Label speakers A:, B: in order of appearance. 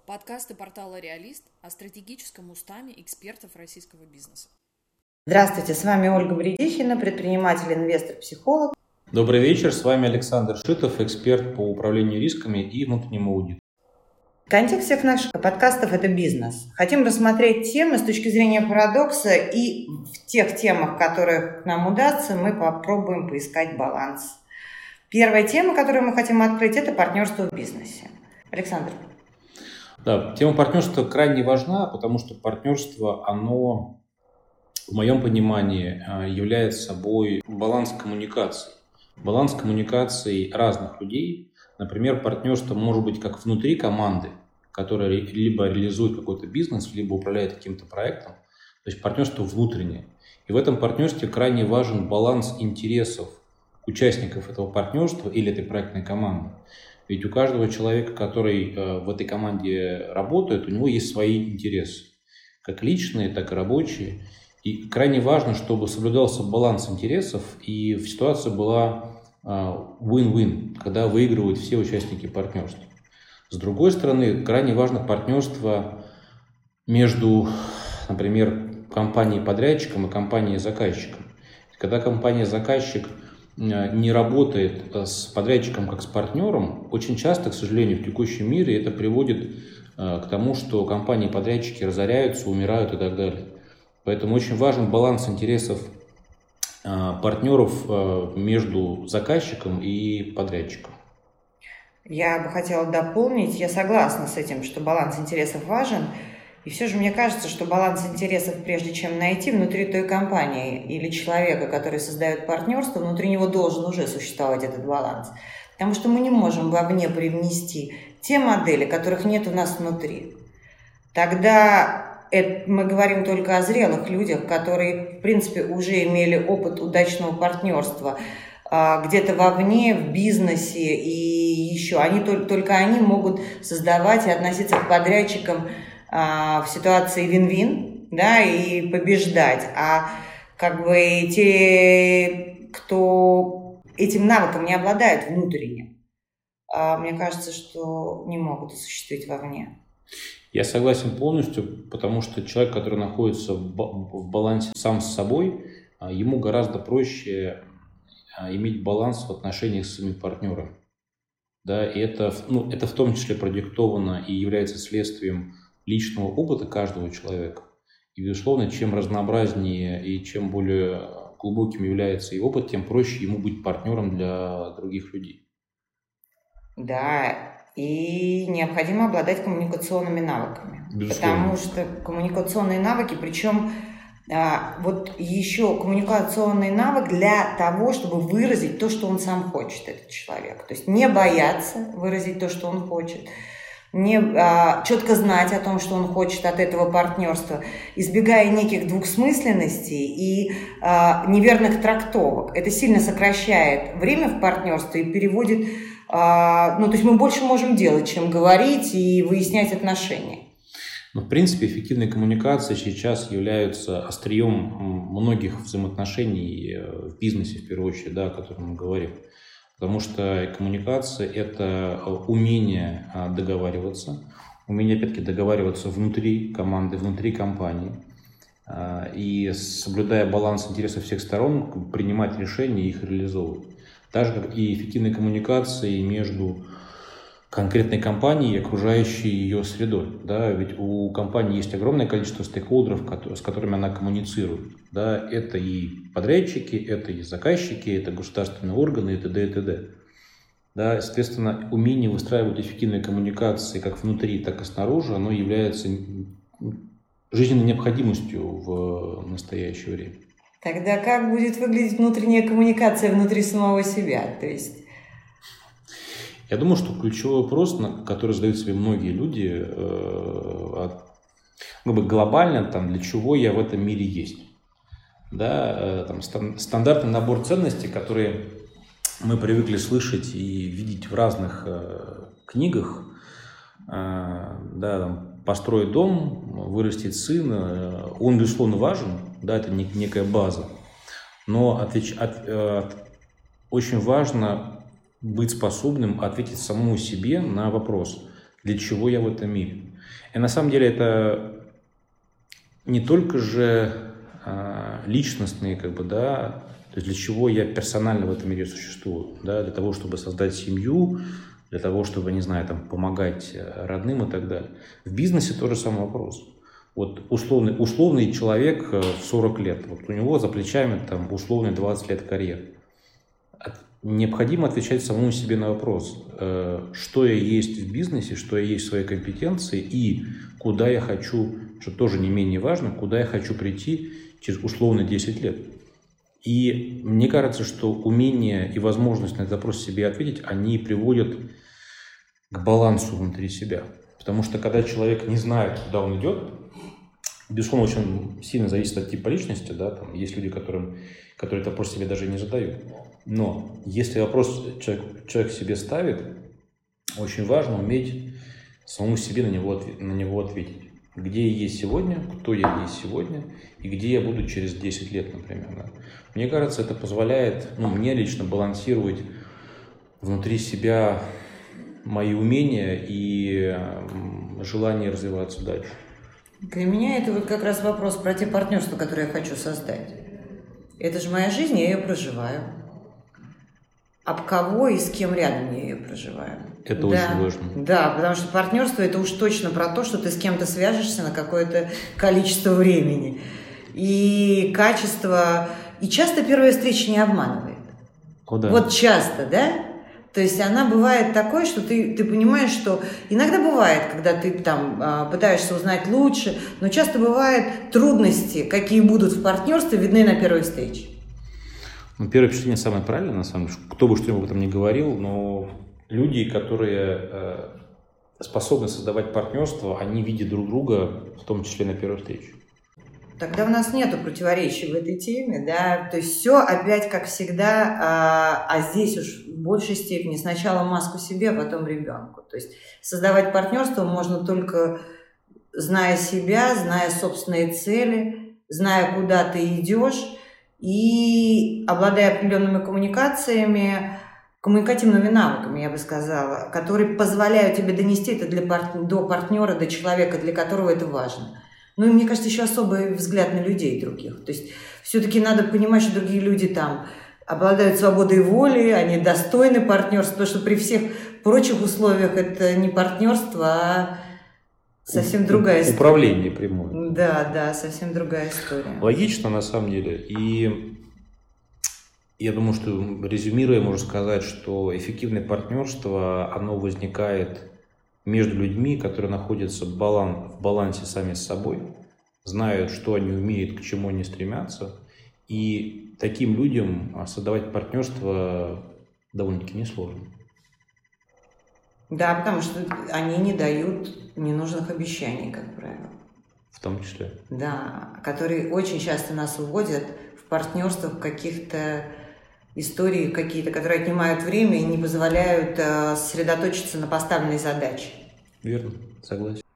A: Подкасты портала «Реалист» о стратегическом устаме экспертов российского бизнеса.
B: Здравствуйте, с вами Ольга Бредихина, предприниматель, инвестор, психолог.
C: Добрый вечер, с вами Александр Шитов, эксперт по управлению рисками и внутреннему аудиту.
B: Контекст всех наших подкастов – это бизнес. Хотим рассмотреть темы с точки зрения парадокса, и в тех темах, которых нам удастся, мы попробуем поискать баланс. Первая тема, которую мы хотим открыть – это партнерство в бизнесе. Александр.
C: Да, тема партнерства крайне важна, потому что партнерство, оно, в моем понимании, является собой баланс коммуникаций. Баланс коммуникаций разных людей. Например, партнерство может быть как внутри команды, которая либо реализует какой-то бизнес, либо управляет каким-то проектом. То есть партнерство внутреннее. И в этом партнерстве крайне важен баланс интересов участников этого партнерства или этой проектной команды. Ведь у каждого человека, который в этой команде работает, у него есть свои интересы, как личные, так и рабочие. И крайне важно, чтобы соблюдался баланс интересов, и ситуация была win-win, когда выигрывают все участники партнерства. С другой стороны, крайне важно партнерство между, например, компанией-подрядчиком и компанией-заказчиком. Когда компания-заказчик не работает с подрядчиком как с партнером, очень часто, к сожалению, в текущем мире это приводит к тому, что компании-подрядчики разоряются, умирают и так далее. Поэтому очень важен баланс интересов партнеров между заказчиком и подрядчиком.
B: Я бы хотела дополнить, я согласна с этим, что баланс интересов важен. И все же мне кажется, что баланс интересов, прежде чем найти внутри той компании или человека, который создает партнерство, внутри него должен уже существовать этот баланс. Потому что мы не можем вовне привнести те модели, которых нет у нас внутри. Тогда мы говорим только о зрелых людях, которые, в принципе, уже имели опыт удачного партнерства где-то вовне, в бизнесе и еще. Только они могут создавать и относиться к подрядчикам в ситуации вин-вин, да, и побеждать. А как бы те, кто этим навыком не обладают внутренне, мне кажется, что не могут осуществить вовне.
C: Я согласен полностью, потому что человек, который находится в балансе сам с собой, ему гораздо проще иметь баланс в отношениях с своими партнерами. Да, и это в том числе продиктовано и является следствием личного опыта каждого человека. И, безусловно, чем разнообразнее и чем более глубоким является его опыт, тем проще ему быть партнером для других людей.
B: Да, и необходимо обладать коммуникационными навыками.
C: Безусловно.
B: Потому что коммуникационные навыки, причем вот еще коммуникационный навык для того, чтобы выразить то, что он сам хочет, этот человек. То есть не бояться выразить то, что он хочет, четко знать о том, что он хочет от этого партнерства, избегая неких двухсмысленностей и неверных трактовок. Это сильно сокращает время в партнерстве и переводит, то есть мы больше можем делать, чем говорить и выяснять отношения.
C: Но, в принципе, эффективные коммуникации сейчас являются острием многих взаимоотношений в бизнесе, в первую очередь, да, о котором мы говорим. Потому что коммуникация – это умение договариваться, умение, опять-таки, договариваться внутри команды, внутри компании. И, соблюдая баланс интересов всех сторон, принимать решения и их реализовывать. Так же, как и эффективные коммуникации между конкретной компанией и окружающей ее средой. Да? Ведь у компании есть огромное количество стейкхолдеров, с которыми она коммуницирует. Да? Это и подрядчики, это и заказчики, это государственные органы, и т.д. и т.д. Да? Соответственно, умение выстраивать эффективные коммуникации как внутри, так и снаружи, оно является жизненной необходимостью в настоящее время.
B: Тогда как будет выглядеть внутренняя коммуникация внутри самого себя? То есть...
C: Я думаю, что ключевой вопрос, на который задают себе многие люди, глобально, для чего я в этом мире есть. Да, стандартный набор ценностей, которые мы привыкли слышать и видеть в разных книгах. Построить дом, вырастить сына, он, безусловно, важен, да, это некая база. Но очень важно быть способным ответить самому себе на вопрос, для чего я в этом мире. И на самом деле это не только же личностные, как бы, да, то есть для чего я персонально в этом мире существую, да, для того, чтобы создать семью, для того, чтобы, не знаю, там, помогать родным и так далее. В бизнесе тот же самый вопрос. Вот условный человек в 40 лет, вот у него за плечами там условные 20 лет карьеры. Необходимо отвечать самому себе на вопрос, что я есть в бизнесе, что я есть в своей компетенции и куда я хочу, что тоже не менее важно, куда я хочу прийти через условно 10 лет. И мне кажется, что умение и возможность на этот вопрос себе ответить, они приводят к балансу внутри себя. Потому что когда человек не знает, куда он идет, безусловно, очень сильно зависит от типа личности, да, там есть люди, которые этот вопрос себе даже не задают. Но если вопрос человек себе ставит, очень важно уметь самому себе на него ответить. Где я есть сегодня, кто я есть сегодня и где я буду через 10 лет, например. Да. Мне кажется, это позволяет мне лично балансировать внутри себя мои умения и желание развиваться дальше.
B: Для меня это вот как раз вопрос про те партнерства, которые я хочу создать. Это же моя жизнь, я ее проживаю. Об кого и с кем рядом я ее проживаю.
C: Это очень важно.
B: Да, потому что партнерство – это уж точно про то, что ты с кем-то свяжешься на какое-то количество времени. И качество… И часто первая встреча не обманывает.
C: О, да.
B: Вот часто, да? То есть она бывает такой, что ты понимаешь, что иногда бывает, когда ты там пытаешься узнать лучше, но часто бывают трудности, какие будут в партнерстве, видны на первой встрече.
C: Первое впечатление самое правильное, на самом деле, кто бы что-нибудь об этом ни говорил, но люди, которые способны создавать партнерство, они видят друг друга, в том числе на первой встрече.
B: Тогда у нас нету противоречий в этой теме, да, то есть все опять как всегда, а здесь уж в большей степени сначала маску себе, а потом ребенку. То есть создавать партнерство можно только зная себя, зная собственные цели, зная, куда ты идешь и обладая определенными коммуникативными навыками, я бы сказала, которые позволяют тебе донести это до партнера, до человека, для которого это важно. Ну и мне кажется, еще особый взгляд на людей других. То есть все-таки надо понимать, что другие люди там обладают свободой воли, они достойны партнерства, потому что при всех прочих условиях это не партнерство, а совсем другая история.
C: Управление прямое.
B: Да, совсем другая история.
C: Логично, на самом деле. И я думаю, что резюмируя, можно сказать, что эффективное партнерство, оно возникает между людьми, которые находятся в балансе сами с собой, знают, что они умеют, к чему они стремятся. И таким людям создавать партнерство довольно-таки несложно.
B: Да, потому что они не дают ненужных обещаний, как правило.
C: В том числе.
B: Да, которые очень часто нас уводят в партнерство, в каких-то истории какие-то, которые отнимают время и не позволяют сосредоточиться на поставленной задаче.
C: Верно, согласен.